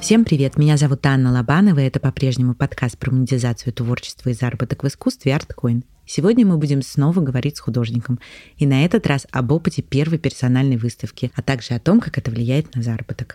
Всем привет, меня зовут Анна Лобанова, и это по-прежнему подкаст про монетизацию творчества и заработок в искусстве ArtCoin. Сегодня мы будем снова говорить с художником, и на этот раз об опыте первой персональной выставки, а также о том, как это влияет на заработок.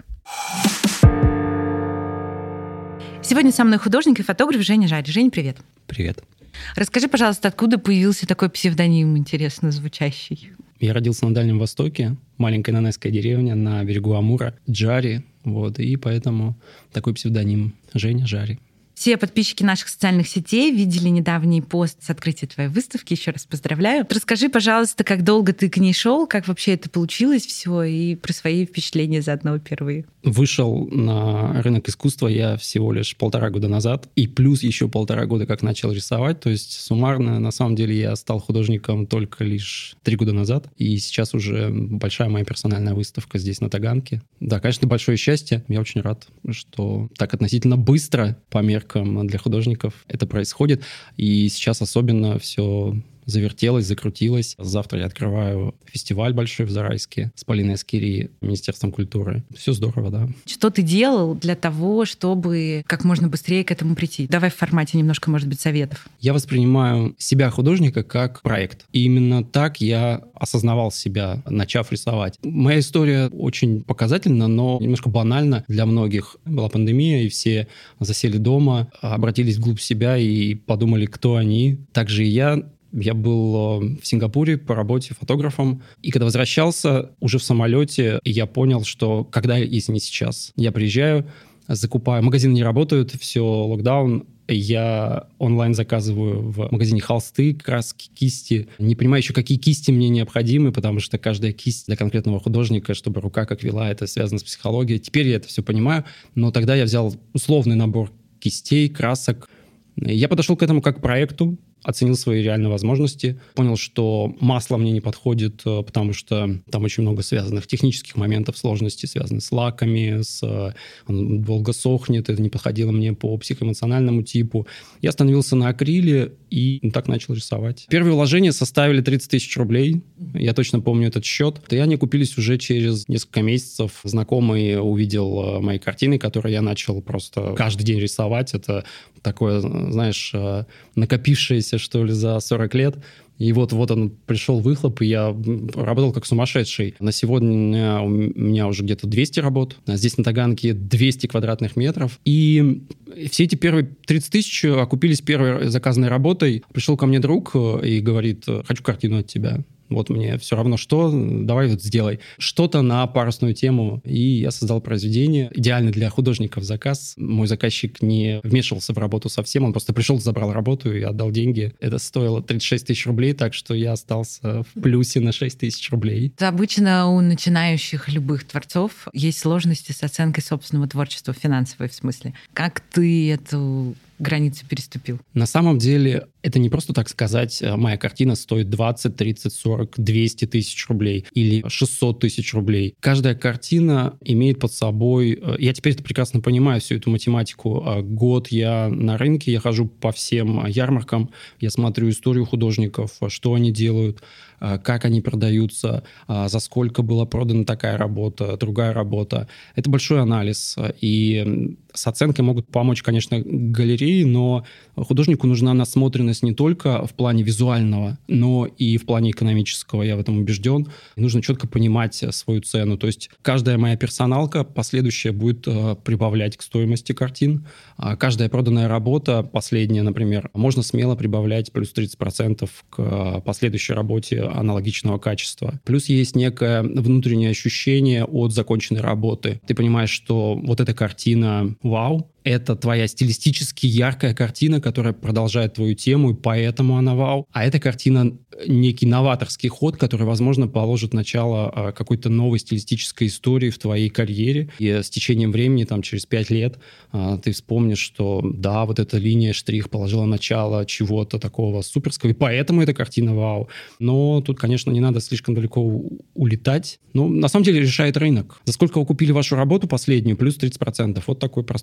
Сегодня со мной художник и фотограф Женя Жарь. Жень, привет. Привет. Расскажи, пожалуйста, откуда появился такой псевдоним интересно звучащий? Я родился на Дальнем Востоке, маленькая нанайская деревня на берегу Амура, Джари, и поэтому такой псевдоним Женя Жари. Все подписчики наших социальных сетей видели недавний пост с открытия твоей выставки. Еще раз поздравляю. Расскажи, пожалуйста, как долго ты к ней шел, как вообще это получилось все, и про свои впечатления заодно первые. Вышел на рынок искусства я всего лишь 1,5 года назад, и плюс еще 1,5 года как начал рисовать. То есть суммарно, на самом деле, я стал художником только лишь 3 года назад, и сейчас уже большая моя персональная выставка здесь, на Таганке. Да, конечно, большое счастье. Я очень рад, что так относительно быстро, по меркам для художников, это происходит. И сейчас особенно все завертелось, закрутилось. Завтра я открываю фестиваль большой в Зарайске с Полиной Аскери, Министерством культуры. Все здорово, да. Что ты делал для того, чтобы как можно быстрее к этому прийти? Давай в формате немножко, может быть, советов. Я воспринимаю себя, художника, как проект. И именно так я осознавал себя, начав рисовать. Моя история очень показательна, но немножко банальна для многих. Была пандемия, и все засели дома, обратились вглубь себя и подумали, кто они. Также и я. Я был в Сингапуре по работе фотографом, и когда возвращался уже в самолете, я понял, что когда, если не сейчас, я приезжаю, закупаю, магазины не работают, все, локдаун, я онлайн заказываю в магазине холсты, краски, кисти. Не понимаю еще, какие кисти мне необходимы, потому что каждая кисть для конкретного художника, чтобы рука как вела, это связано с психологией. Теперь я это все понимаю, но тогда я взял условный набор кистей, красок. Я подошел к этому как к проекту, оценил свои реальные возможности, понял, что масло мне не подходит, потому что там очень много связанных технических моментов, сложностей, связанных с лаками, он долго сохнет, это не подходило мне по психоэмоциональному типу. Я остановился на акриле и так начал рисовать. Первые вложения составили 30 тысяч рублей, я точно помню этот счет. И они окупились уже через несколько месяцев. Знакомый увидел мои картины, которые я начал просто каждый день рисовать. Это такое, знаешь, накопившееся, что ли, за 40 лет. И вот он пришел выхлоп, и я работал как сумасшедший. На сегодня у меня уже где-то 200 работ. Здесь на Таганке 200 квадратных метров. И все эти первые 30 тысяч окупились первой заказанной работой. Пришел ко мне друг и говорит: хочу картину от тебя. Вот мне все равно что, давай вот сделай. Что-то на парусную тему. И я создал произведение. Идеально для художников заказ. Мой заказчик не вмешивался в работу совсем. Он просто пришел, забрал работу и отдал деньги. Это стоило 36 тысяч рублей, так что я остался в плюсе на 6 тысяч рублей. Обычно у начинающих любых творцов есть сложности с оценкой собственного творчества, финансовой в смысле. Как ты эту границу переступил? На самом деле, это не просто так сказать, моя картина стоит 20, 30, 40, 200 тысяч рублей или 600 тысяч рублей. Каждая картина имеет под собой... Я теперь это прекрасно понимаю, всю эту математику. Год я на рынке, я хожу по всем ярмаркам, я смотрю историю художников, что они делают, как они продаются, за сколько была продана такая работа, другая работа. Это большой анализ. И с оценкой могут помочь, конечно, галереи, но художнику нужна насмотренность не только в плане визуального, но и в плане экономического, я в этом убежден. И нужно четко понимать свою цену. То есть каждая моя персоналка последующая будет прибавлять к стоимости картин. Каждая проданная работа, последняя, например, можно смело прибавлять плюс 30% к последующей работе аналогичного качества. Плюс есть некое внутреннее ощущение от законченной работы. Ты понимаешь, что вот эта картина вау, это твоя стилистически яркая картина, которая продолжает твою тему, и поэтому она вау. А эта картина некий новаторский ход, который, возможно, положит начало какой-то новой стилистической истории в твоей карьере. И с течением времени, там, через 5 лет, ты вспомнишь, что да, вот эта линия, штрих положила начало чего-то такого суперского, и поэтому эта картина вау. Но тут, конечно, не надо слишком далеко улетать. Но на самом деле решает рынок. За сколько вы купили вашу работу последнюю, плюс 30%. Вот такой простой совет.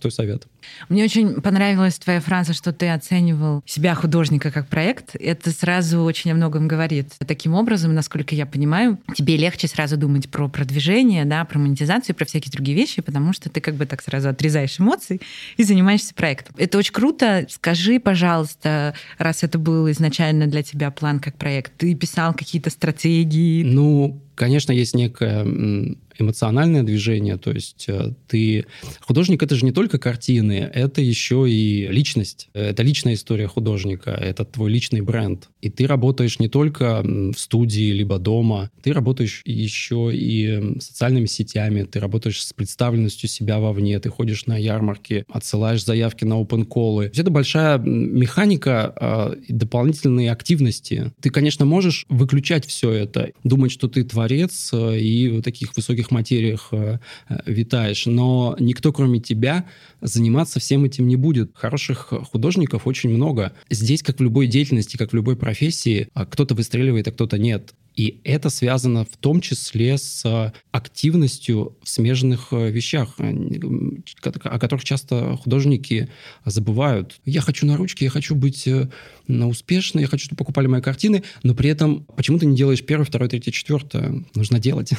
Мне очень понравилась твоя фраза, что ты оценивал себя, художника, как проект. Это сразу очень о многом говорит. Таким образом, насколько я понимаю, тебе легче сразу думать про продвижение, да, про монетизацию, про всякие другие вещи, потому что ты как бы так сразу отрезаешь эмоции и занимаешься проектом. Это очень круто. Скажи, пожалуйста, раз это был изначально для тебя план как проект, ты писал какие-то стратегии? Конечно, есть некое эмоциональное движение, то есть ты... Художник — это же не только картины, это еще и личность. Это личная история художника, это твой личный бренд. И ты работаешь не только в студии либо дома, ты работаешь еще и социальными сетями, ты работаешь с представленностью себя вовне, ты ходишь на ярмарки, отсылаешь заявки на open-коллы. То есть это большая механика и дополнительные активности. Ты, конечно, можешь выключать все это, думать, что ты творец и в таких высоких материях витаешь, но никто, кроме тебя, заниматься всем этим не будет. Хороших художников очень много. Здесь, как в любой деятельности, как в любой профессии, кто-то выстреливает, а кто-то нет. И это связано в том числе с активностью в смежных вещах, о которых часто художники забывают. Я хочу на ручке, я хочу быть успешной, я хочу, чтобы покупали мои картины, но при этом почему ты не делаешь первое, второе, третье, четвертое? Нужно делать.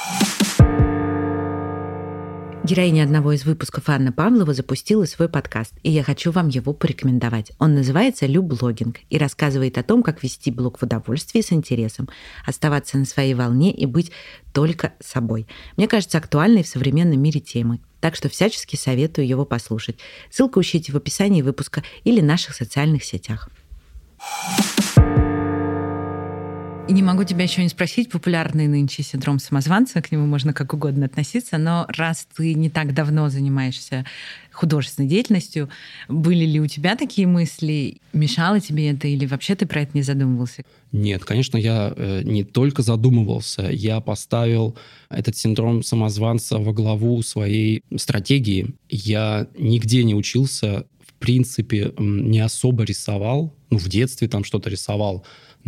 Героиня одного из выпусков Анна Павлова запустила свой подкаст, и я хочу вам его порекомендовать. Он называется «Люблогинг» и рассказывает о том, как вести блог в удовольствии с интересом, оставаться на своей волне и быть только собой. Мне кажется, актуальной в современном мире темой. Так что всячески советую его послушать. Ссылку ищите в описании выпуска или наших социальных сетях. И не могу тебя еще не спросить, популярный нынче синдром самозванца, к нему можно как угодно относиться, но раз ты не так давно занимаешься художественной деятельностью, были ли у тебя такие мысли? Мешало тебе это или вообще ты про это не задумывался? Нет, конечно, я не только задумывался, я поставил этот синдром самозванца во главу своей стратегии. Я нигде не учился, в принципе, не особо рисовал, в детстве там что-то рисовал,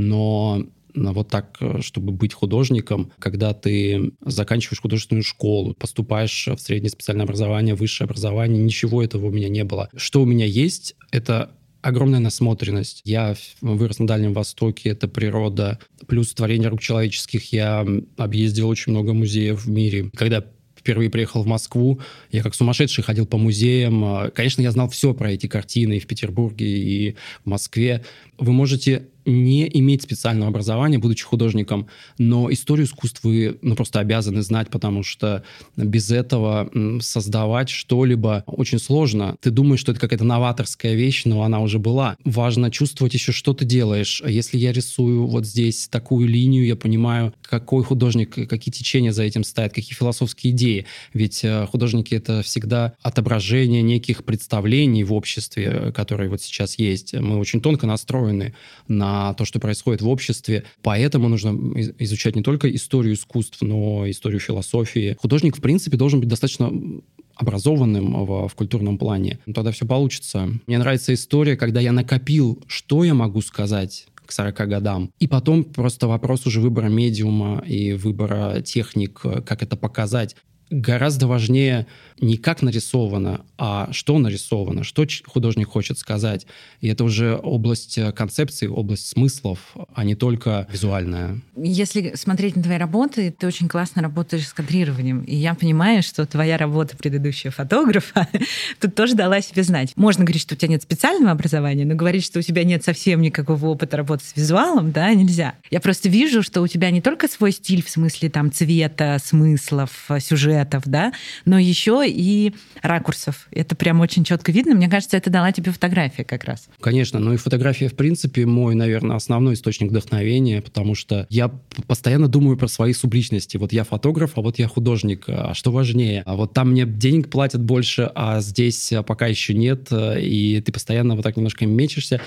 но вот так, чтобы быть художником, когда ты заканчиваешь художественную школу, поступаешь в среднее специальное образование, высшее образование, ничего этого у меня не было. Что у меня есть, это огромная насмотренность. Я вырос на Дальнем Востоке, это природа, плюс творение рук человеческих. Я объездил очень много музеев в мире. Когда впервые приехал в Москву, я как сумасшедший ходил по музеям. Конечно, я знал все про эти картины и в Петербурге, и в Москве. Вы можете не иметь специального образования, будучи художником, но историю искусств вы просто обязаны знать, потому что без этого создавать что-либо очень сложно. Ты думаешь, что это какая-то новаторская вещь, но она уже была. Важно чувствовать еще, что ты делаешь. Если я рисую вот здесь такую линию, я понимаю, какой художник, какие течения за этим стоят, какие философские идеи. Ведь художники — это всегда отображение неких представлений в обществе, которые вот сейчас есть. Мы очень тонко настроены на то, что происходит в обществе. Поэтому нужно изучать не только историю искусств, но и историю философии. Художник, в принципе, должен быть достаточно образованным в культурном плане. Тогда все получится. Мне нравится история, когда я накопил, что я могу сказать к 40 годам. И потом просто вопрос уже выбора медиума и выбора техник, как это показать. Гораздо важнее не как нарисовано, а что нарисовано, что художник хочет сказать. И это уже область концепции, область смыслов, а не только визуальная. Если смотреть на твои работы, ты очень классно работаешь с кадрированием. И я понимаю, что твоя работа предыдущего фотографа тут тоже дала себе знать. Можно говорить, что у тебя нет специального образования, но говорить, что у тебя нет совсем никакого опыта работы с визуалом, да, нельзя. Я просто вижу, что у тебя не только свой стиль в смысле там цвета, смыслов, сюжетов, да, но еще и ракурсов. Это прям очень четко видно. Мне кажется, это дала тебе фотография как раз. Конечно, и фотография, в принципе, мой, наверное, основной источник вдохновения, потому что я постоянно думаю про свои субличности. Вот я фотограф, а вот я художник. А что важнее? А вот там мне денег платят больше, а здесь пока еще нет, и ты постоянно вот так немножко мечешься.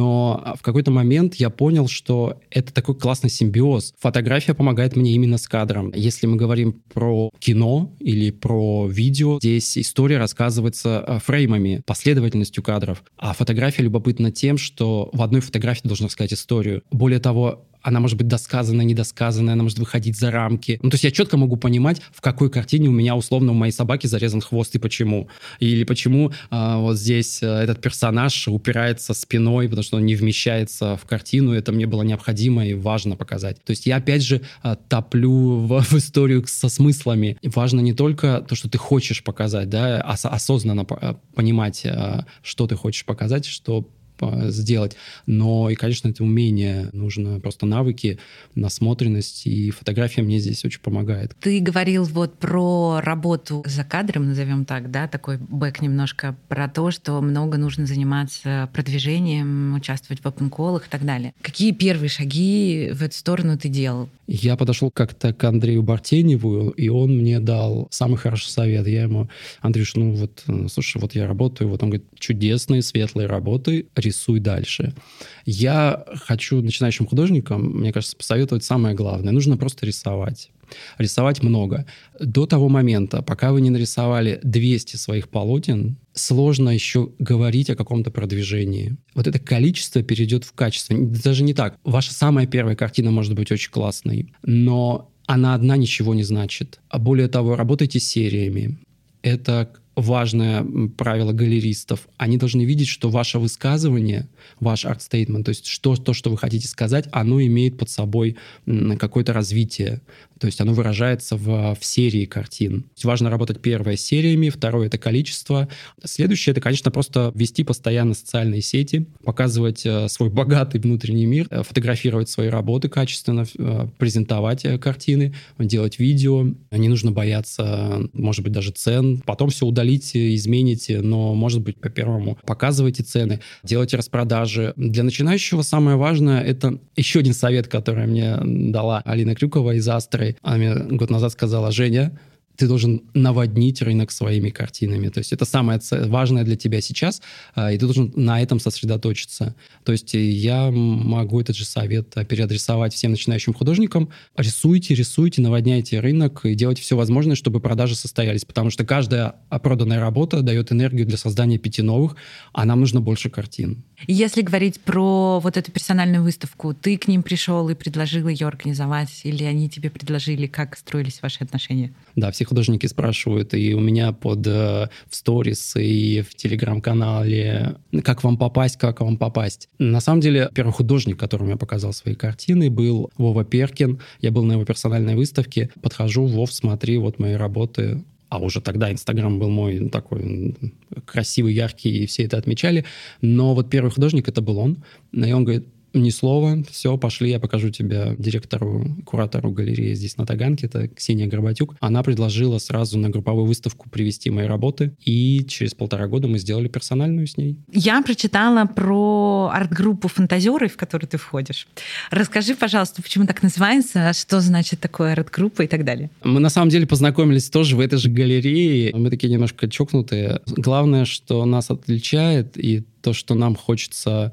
Но в какой-то момент я понял, что это такой классный симбиоз. Фотография помогает мне именно с кадром. Если мы говорим про кино или про видео, здесь история рассказывается фреймами, последовательностью кадров. А фотография любопытна тем, что в одной фотографии ты должен рассказать историю. Более того, она может быть досказанная, недосказанная, она может выходить за рамки. То есть я четко могу понимать, в какой картине у меня, условно, у моей собаки зарезан хвост и почему. Или почему вот здесь этот персонаж упирается спиной, потому что он не вмещается в картину. Это мне было необходимо и важно показать. То есть я, опять же, топлю в историю со смыслами. Важно не только то, что ты хочешь показать, да, осознанно понимать, что ты хочешь показать, что сделать. Но и, конечно, это умение. Нужно просто навыки, насмотренность, и фотография мне здесь очень помогает. Ты говорил вот про работу за кадром, назовем так, да, такой бэк немножко, про то, что много нужно заниматься продвижением, участвовать в опен-коллах и так далее. Какие первые шаги в эту сторону ты делал? Я подошел как-то к Андрею Бартеневу, и он мне дал самый хороший совет. Я ему: Андрюш, слушай, вот я работаю. Вот он говорит: чудесные, светлые работы, рисуй дальше. Я хочу начинающим художникам, мне кажется, посоветовать самое главное. Нужно просто рисовать. Рисовать много. До того момента, пока вы не нарисовали 200 своих полотен, сложно еще говорить о каком-то продвижении. Вот это количество перейдет в качество. Даже не так. Ваша самая первая картина может быть очень классной, но она одна ничего не значит. А более того, работайте сериями. Это важное правило галеристов. Они должны видеть, что ваше высказывание, ваш арт-стейтмент, то есть то, что вы хотите сказать, оно имеет под собой какое-то развитие. То есть оно выражается в серии картин. То есть важно работать, первое, с сериями, второе — это количество. Следующее — это, конечно, просто вести постоянно социальные сети, показывать свой богатый внутренний мир, фотографировать свои работы качественно, презентовать картины, делать видео. Не нужно бояться, может быть, даже цен. Потом все удалите, измените, но, может быть, по-первому показывайте цены, делайте распродажи. Для начинающего самое важное — это еще один совет, который мне дала Алина Крюкова из Астры. Она мне год назад сказала: Женя, ты должен наводнить рынок своими картинами. То есть это самое важное для тебя сейчас, и ты должен на этом сосредоточиться. То есть я могу этот же совет переадресовать всем начинающим художникам. Рисуйте, наводняйте рынок и делайте все возможное, чтобы продажи состоялись. Потому что каждая проданная работа дает энергию для создания 5 новых, а нам нужно больше картин. Если говорить про вот эту персональную выставку, ты к ним пришел и предложил ее организовать, или они тебе предложили, как строились ваши отношения? Да, все художники спрашивают, и у меня в сторис и в телеграм-канале: как вам попасть. На самом деле, первый художник, которому я показал свои картины, был Вова Перкин. Я был на его персональной выставке. Подхожу: Вов, смотри, вот мои работы. А уже тогда Инстаграм был мой такой красивый, яркий, и все это отмечали. Но вот первый художник — это был он. И он говорит: ни слова, все, пошли, я покажу тебе куратору галереи здесь на Таганке, это Ксения Горбатюк. Она предложила сразу на групповую выставку привести мои работы, и через 1,5 года мы сделали персональную с ней. Я прочитала про арт-группу «Фантазеры», в которую ты входишь. Расскажи, пожалуйста, почему так называется, что значит такое арт-группа и так далее. Мы на самом деле познакомились тоже в этой же галерее. Мы такие немножко чокнутые. Главное, что нас отличает, и то, что нам хочется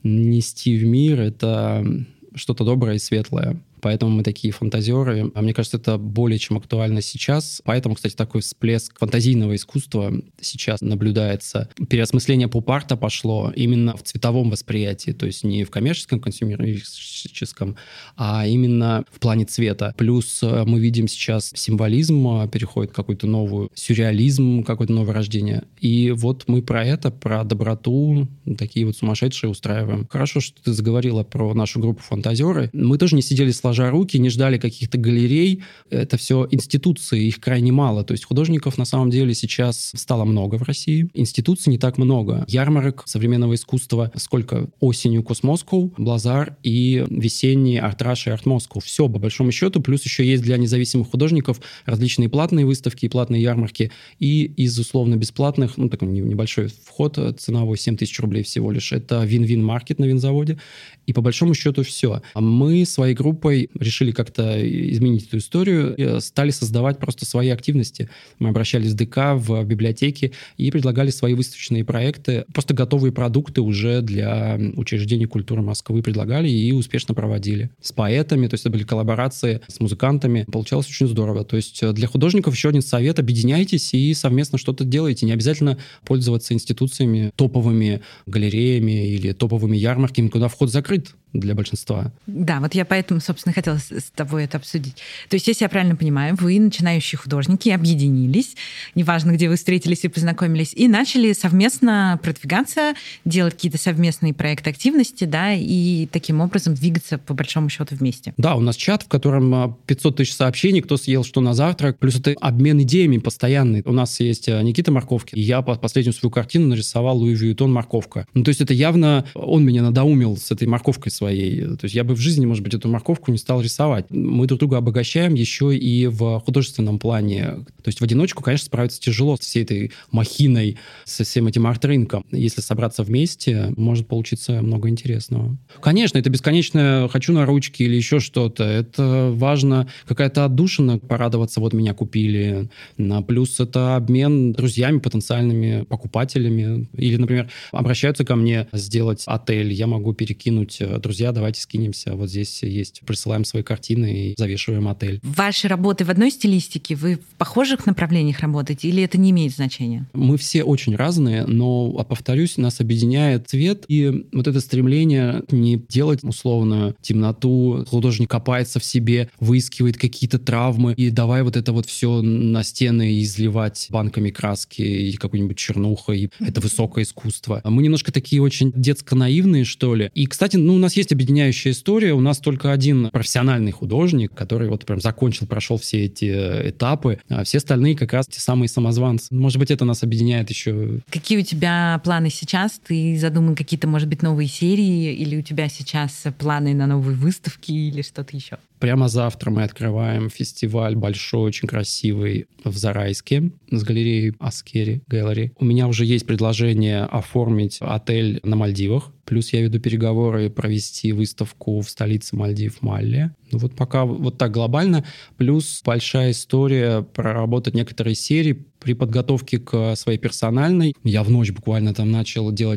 нести в мир, это что-то доброе и светлое. Поэтому мы такие фантазеры. А мне кажется, это более чем актуально сейчас. Поэтому, кстати, такой всплеск фантазийного искусства сейчас наблюдается. Переосмысление поп-арта пошло именно в цветовом восприятии, то есть не в коммерческом, консюмеристическом, а именно в плане цвета. Плюс мы видим сейчас символизм переходит в какую-то новую, сюрреализм, какое-то новое рождение. И вот мы про это, про доброту, такие вот сумасшедшие устраиваем. Хорошо, что ты заговорила про нашу группу «Фантазеры». Мы тоже не сидели сложа руки, не ждали каких-то галерей. Это все институции, их крайне мало. То есть художников на самом деле сейчас стало много в России. Институций не так много. Ярмарок современного искусства сколько? Осенью Космоскоу, Блазар и весенний Артраш и Арт-Москоу. Все, по большому счету. Плюс еще есть для независимых художников различные платные выставки и платные ярмарки. И из условно бесплатных, такой небольшой вход ценовой, 7 тысяч рублей всего лишь. Это Вин-Вин-маркет на винзаводе. И по большому счету все. Мы своей группой решили как-то изменить эту историю и стали создавать просто свои активности. Мы обращались в ДК, в библиотеки и предлагали свои выставочные проекты. Просто готовые продукты уже для учреждений культуры Москвы предлагали и успешно проводили. С поэтами, то есть это были коллаборации с музыкантами. Получалось очень здорово. То есть для художников еще один совет: объединяйтесь и совместно что-то делайте. Не обязательно пользоваться институциями, топовыми галереями или топовыми ярмарками, куда вход закрыт. для большинства. Да, вот я поэтому, собственно, хотела с тобой это обсудить. То есть, если я правильно понимаю, вы, начинающие художники, объединились, неважно, где вы встретились и познакомились, и начали совместно продвигаться, делать какие-то совместные проекты активности, да, и таким образом двигаться, по большому счету, вместе. Да, у нас чат, в котором 500 тысяч сообщений, кто съел что на завтрак, плюс это обмен идеями постоянный. У нас есть Никита Морковкин, и я последнюю свою картину нарисовал Луи Вьюитон «Морковка». Ну, то есть это явно он меня надоумил с этой морковкой своей. То есть я бы в жизни, может быть, эту морковку не стал рисовать. Мы друг друга обогащаем еще и в художественном плане. То есть в одиночку, конечно, справиться тяжело с всей этой махиной, со всем этим арт-рынком. Если собраться вместе, может получиться много интересного. Конечно, это бесконечное «хочу на ручки» или еще что-то. Это важно, какая-то отдушина, порадоваться, вот меня купили. Плюс это обмен друзьями, потенциальными покупателями. Или, например, обращаются ко мне сделать отель, я могу перекинуть: друзья, давайте скинемся, вот здесь есть, присылаем свои картины и завешиваем отель. Ваши работы в одной стилистике, вы в похожих направлениях работаете, или это не имеет значения? Мы все очень разные, но, повторюсь, нас объединяет цвет и вот это стремление не делать условную темноту. Художник копается в себе, выискивает какие-то травмы, и давай вот это вот все на стены изливать банками краски и какой-нибудь чернухой. Это высокое искусство. Мы немножко такие очень детско-наивные, что ли. И, кстати, у нас есть объединяющая история. У нас только один профессиональный художник, который вот прям закончил, прошел все эти этапы, а все остальные как раз те самые самозванцы. Может быть, это нас объединяет еще. Какие у тебя планы сейчас? Ты задуман какие-то, может быть, новые серии? Или у тебя сейчас планы на новые выставки или что-то еще? Прямо завтра мы открываем фестиваль большой, очень красивый в Зарайске с галереей Аскери Gallery. У меня уже есть предложение оформить отель на Мальдивах. Плюс я веду переговоры провести выставку в столице Мальдив Малле. Ну вот пока вот так глобально. Плюс большая история проработать некоторые серии при подготовке к своей персональной. Я в ночь буквально там начал делать.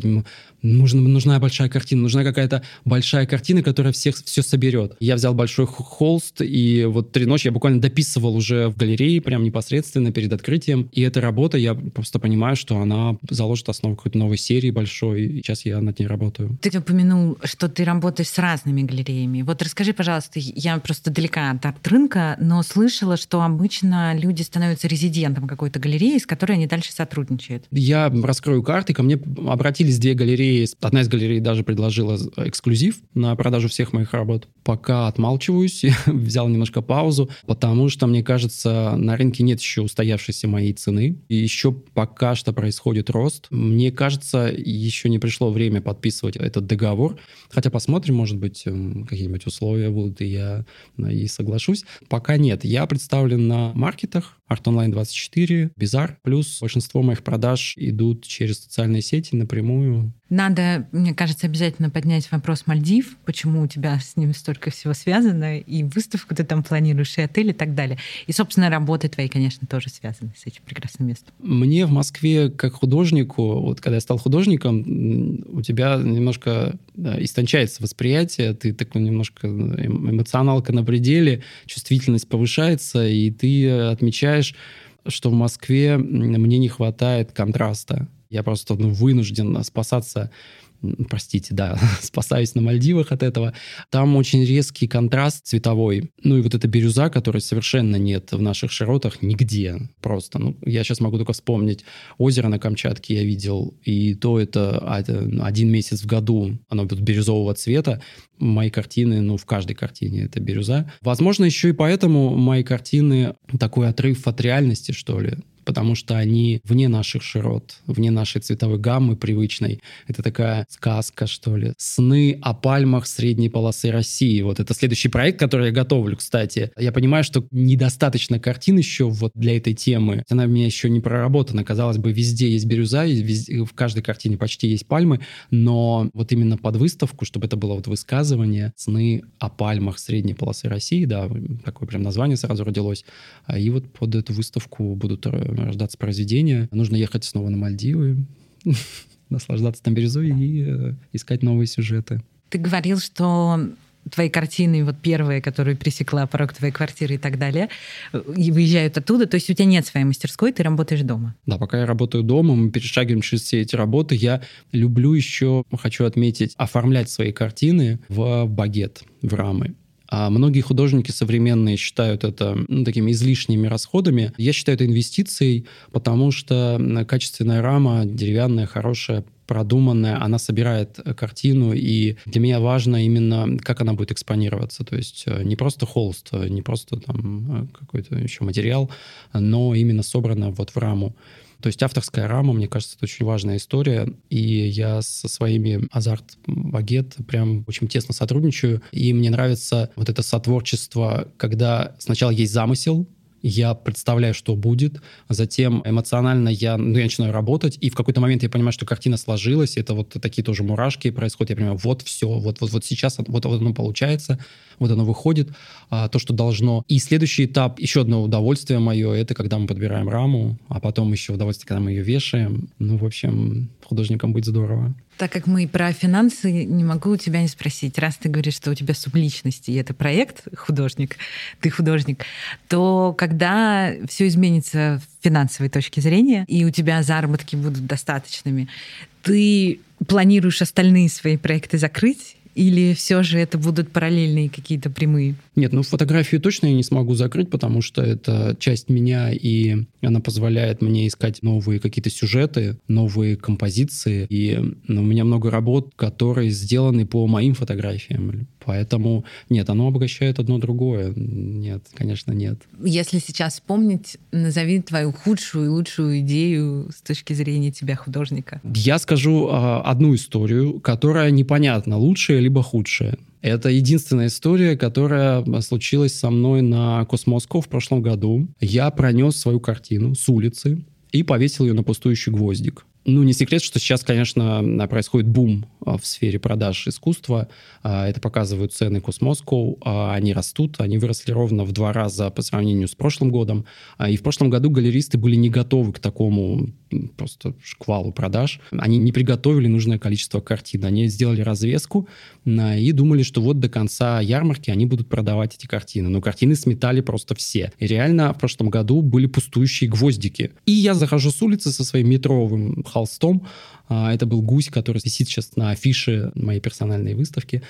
Нужна большая картина, нужна какая-то большая картина, которая все соберет. Я взял большой холст, и вот 3 ночи я буквально дописывал уже в галерее, прям непосредственно перед открытием. И эта работа, я просто понимаю, что она заложит основу какой-то новой серии большой. И сейчас я над ней работаю. Ты упомянул, что ты работаешь с разными галереями. Вот расскажи, пожалуйста, я просто далека от арт-рынка, но слышала, что обычно люди становятся резидентом какой-то галереи, с которой они дальше сотрудничают. Я раскрою карты. Ко мне обратились 2 галереи. Одна из галерей даже предложила эксклюзив на продажу всех моих работ. Пока отмалчиваюсь, взял немножко паузу, потому что, мне кажется, на рынке нет еще устоявшейся моей цены. И еще пока что происходит рост. Мне кажется, еще не пришло время подписывать этот договор. Хотя посмотрим, может быть, какие-нибудь условия будут, и я и соглашусь. Пока нет. Я представлен на маркетах, Art-Online24, Bizarre. Плюс большинство моих продаж идут через социальные сети напрямую. Надо, мне кажется, обязательно поднять вопрос Мальдив, почему у тебя с ним столько всего связано, и выставку ты там планируешь, и отель, и так далее. И, собственно, работы твои, конечно, тоже связаны с этим прекрасным местом. Мне в Москве, как художнику, вот когда я стал художником, у тебя немножко истончается восприятие, ты так немножко эмоционалка на пределе, чувствительность повышается, и ты отмечаешь, что в Москве мне не хватает контраста. Я просто вынужден спасаться, простите, да, спасаюсь на Мальдивах от этого. Там очень резкий контраст цветовой. Ну и вот эта бирюза, которой совершенно нет в наших широтах нигде просто. Я сейчас могу только вспомнить озеро на Камчатке я видел, и то это 1 месяц в году, оно бирюзового цвета. Мои картины, в каждой картине это бирюза. Возможно, еще и поэтому мои картины такой отрыв от реальности, что ли. Потому что они вне наших широт, вне нашей цветовой гаммы привычной. Это такая сказка, что ли. «Сны о пальмах средней полосы России». Вот это следующий проект, который я готовлю, кстати. Я понимаю, что недостаточно картин еще вот для этой темы. Она у меня еще не проработана. Казалось бы, везде есть бирюза, в каждой картине почти есть пальмы, но вот именно под выставку, чтобы это было вот высказывание «Сны о пальмах средней полосы России», да, такое прям название сразу родилось. И вот под эту выставку будут рождаться произведения. Нужно ехать снова на Мальдивы, наслаждаться там бирюзой и искать новые сюжеты. Ты говорил, что твои картины, вот первые, которые пересекла порог твоей квартиры и так далее, и выезжают оттуда. То есть у тебя нет своей мастерской, ты работаешь дома. Да, пока я работаю дома, мы перешагиваем через все эти работы. Я люблю еще, хочу отметить, оформлять свои картины в багет, в рамы. А многие художники современные считают это такими излишними расходами. Я считаю это инвестицией, потому что качественная рама, деревянная, хорошая, продуманная, она собирает картину, и для меня важно именно, как она будет экспонироваться. То есть не просто холст, не просто там какой-то еще материал, но именно собрано вот в раму. То есть авторская рама, мне кажется, это очень важная история, и я со своими Азарт Багет прям очень тесно сотрудничаю, и мне нравится вот это сотворчество, когда сначала есть замысел, я представляю, что будет, затем эмоционально я начинаю работать, и в какой-то момент я понимаю, что картина сложилась, это вот такие тоже мурашки происходят, я понимаю, вот все, вот сейчас вот оно получается, вот оно выходит, то, что должно. И следующий этап, еще одно удовольствие мое, это когда мы подбираем раму, а потом еще удовольствие, когда мы ее вешаем. Ну, в общем, художникам быть здорово. Так как мы про финансы, не могу у тебя не спросить. Раз ты говоришь, что у тебя субличность, и это проект художник, ты художник, то когда все изменится с финансовой точки зрения, и у тебя заработки будут достаточными, ты планируешь остальные свои проекты закрыть? Или все же это будут параллельные какие-то прямые? Нет, фотографию точно я не смогу закрыть, потому что это часть меня, и она позволяет мне искать новые какие-то сюжеты, новые композиции. И у меня много работ, которые сделаны по моим фотографиям. Поэтому нет, оно обогащает одно другое. Нет, конечно, нет. Если сейчас вспомнить, назови твою худшую и лучшую идею с точки зрения тебя, художника. Я скажу одну историю, которая непонятна, лучшая либо худшая. Это единственная история, которая случилась со мной на Космоско в прошлом году. Я пронес свою картину с улицы и повесил ее на пустующий гвоздик. Не секрет, что сейчас, конечно, происходит бум в сфере продаж искусства. Это показывают цены Космоско. Они растут, они выросли ровно в 2 раза по сравнению с прошлым годом. И в прошлом году галеристы были не готовы к такому просто шквалу продаж. Они не приготовили нужное количество картин. Они сделали развеску и думали, что вот до конца ярмарки они будут продавать эти картины. Но картины сметали просто все. И реально в прошлом году были пустующие гвоздики. И я захожу с улицы со своим метровым холстом. Это был гусь, который висит сейчас на афише моей персональной выставки.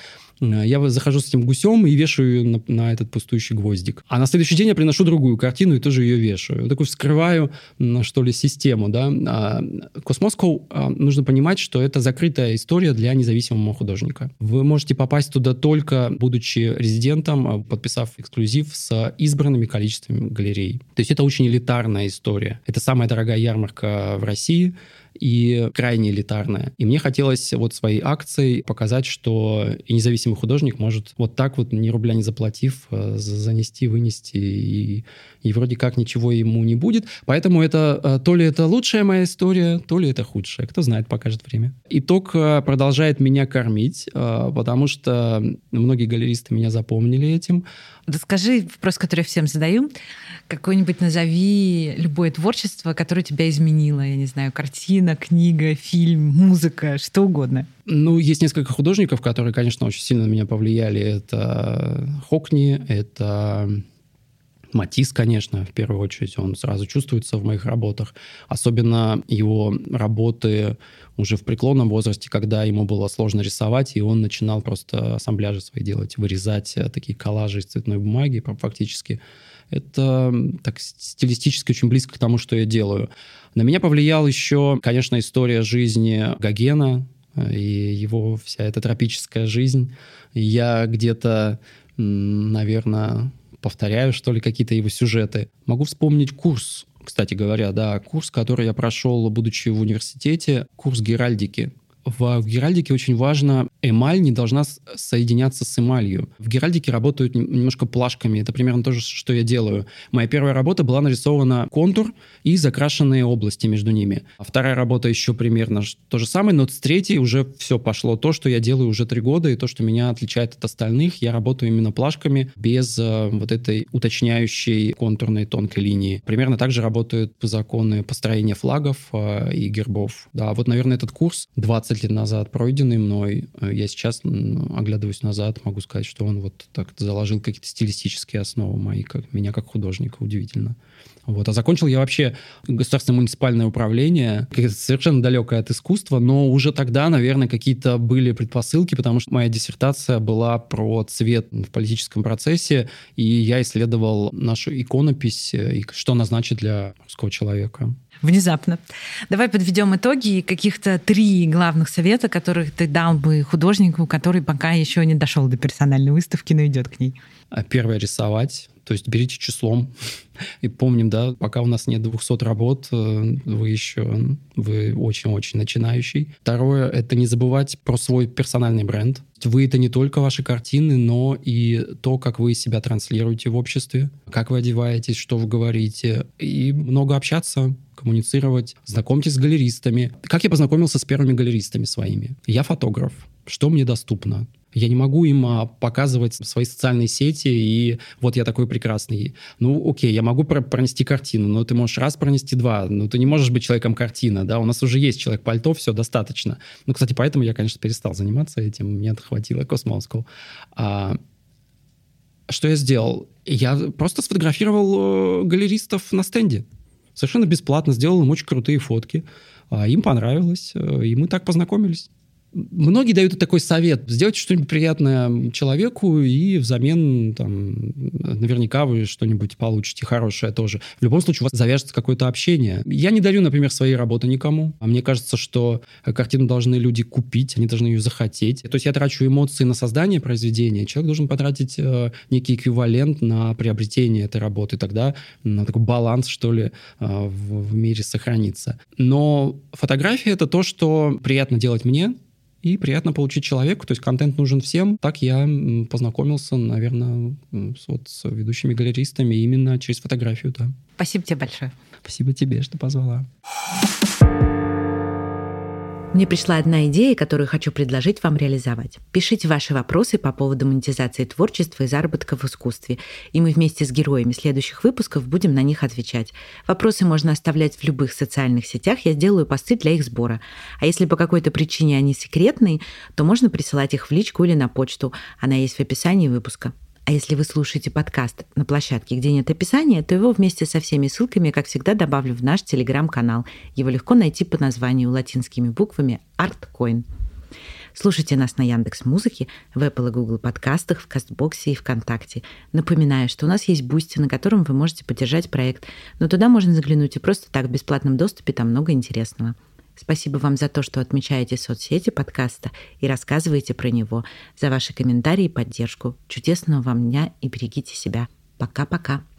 Я захожу с этим гусем и вешаю ее на этот пустующий гвоздик. А на следующий день я приношу другую картину и тоже ее вешаю. Вот такую вскрываю, что ли, систему. Да? Космоско, нужно понимать, что это закрытая история для независимого художника. Вы можете попасть туда только будучи резидентом, подписав эксклюзив с избранными количествами галерей. То есть это очень элитарная история. Это самая дорогая ярмарка в России и крайне элитарная. И мне хотелось вот своей акцией показать, что и независимый художник может вот так вот, ни рубля не заплатив, занести, вынести, и вроде как ничего ему не будет. Поэтому это то ли это лучшая моя история, то ли это худшая. Кто знает, покажет время. Итог продолжает меня кормить, потому что многие галеристы меня запомнили этим. Расскажи вопрос, который я всем задаю. Какой-нибудь назови любое творчество, которое тебя изменило. Я не знаю, картина, книга, фильм, музыка, что угодно. Есть несколько художников, которые, конечно, очень сильно на меня повлияли. Это Хокни, это Матисс, конечно, в первую очередь. Он сразу чувствуется в моих работах. Особенно его работы уже в преклонном возрасте, когда ему было сложно рисовать, и он начинал просто ассамбляжи свои делать, вырезать такие коллажи из цветной бумаги фактически. Это так стилистически очень близко к тому, что я делаю. На меня повлиял еще, конечно, история жизни Гогена и его вся эта тропическая жизнь. Я где-то, наверное, повторяю, что ли, какие-то его сюжеты. Могу вспомнить курс, кстати говоря, курс, который я прошел, будучи в университете, курс геральдики. В геральдике очень важно, эмаль не должна соединяться с эмалью. В геральдике работают немножко плашками. Это примерно то же, что я делаю. Моя первая работа была нарисована контур и закрашенные области между ними. А вторая работа еще примерно то же самое, но с третьей уже все пошло. То, что я делаю уже 3 года, и то, что меня отличает от остальных, я работаю именно плашками, без вот этой уточняющей контурной тонкой линии. Примерно так же работают законы построения флагов и гербов. Да, вот, наверное, этот курс 20 10 лет назад пройденный мной, я сейчас оглядываюсь назад, могу сказать, что он вот так заложил какие-то стилистические основы мои, меня как художника, удивительно. Вот. А закончил я вообще государственное муниципальное управление, совершенно далекое от искусства, но уже тогда, наверное, какие-то были предпосылки, потому что моя диссертация была про цвет в политическом процессе, и я исследовал нашу иконопись и что она значит для русского человека. Внезапно. Давай подведем итоги, каких-то 3 главных совета, которых ты дал бы художнику, который пока еще не дошел до персональной выставки, но идет к ней. Первое — рисовать. То есть берите числом. И помним, да, пока у нас нет 200 работ, вы очень-очень начинающий. Второе — это не забывать про свой персональный бренд. Вы — это не только ваши картины, но и то, как вы себя транслируете в обществе, как вы одеваетесь, что вы говорите. И много общаться, коммуницировать. Знакомьтесь с галеристами. Как я познакомился с первыми галеристами своими? Я фотограф. Что мне доступно? Я не могу им показывать свои социальные сети, и вот я такой прекрасный. Ну, окей, я могу пронести картину, но ты можешь раз пронести 2, но ты не можешь быть человеком-картина, да, у нас уже есть человек-пальто, все достаточно. Ну, кстати, поэтому я, конечно, перестал заниматься этим, мне это хватило, Космоскал. Что я сделал? Я просто сфотографировал галеристов на стенде. Совершенно бесплатно, сделал им очень крутые фотки. Им понравилось, и мы так познакомились. Многие дают такой совет: сделайте что-нибудь приятное человеку, и взамен там, наверняка вы что-нибудь получите хорошее тоже. В любом случае у вас завяжется какое-то общение. Я не дарю, например, свои работы никому. А мне кажется, что картину должны люди купить, они должны ее захотеть. То есть я трачу эмоции на создание произведения, человек должен потратить некий эквивалент на приобретение этой работы. Тогда такой баланс, что ли, в мире сохранится. Но фотография — это то, что приятно делать мне, и приятно получить человеку, то есть контент нужен всем. Так я познакомился, наверное, с ведущими галеристами именно через фотографию, да. Спасибо тебе большое. Спасибо тебе, что позвала. Мне пришла одна идея, которую хочу предложить вам реализовать. Пишите ваши вопросы по поводу монетизации творчества и заработка в искусстве, и мы вместе с героями следующих выпусков будем на них отвечать. Вопросы можно оставлять в любых социальных сетях, я сделаю посты для их сбора. А если по какой-то причине они секретные, то можно присылать их в личку или на почту, она есть в описании выпуска. А если вы слушаете подкаст на площадке, где нет описания, то его вместе со всеми ссылками, как всегда, добавлю в наш телеграм-канал. Его легко найти по названию латинскими буквами ArtCoin. Слушайте нас на Яндекс.Музыке, в Apple и Google подкастах, в Кастбоксе и ВКонтакте. Напоминаю, что у нас есть Boosty, на котором вы можете поддержать проект, но туда можно заглянуть и просто так в бесплатном доступе, там много интересного. Спасибо вам за то, что отмечаете соцсети подкаста и рассказываете про него, за ваши комментарии и поддержку. Чудесного вам дня и берегите себя. Пока-пока.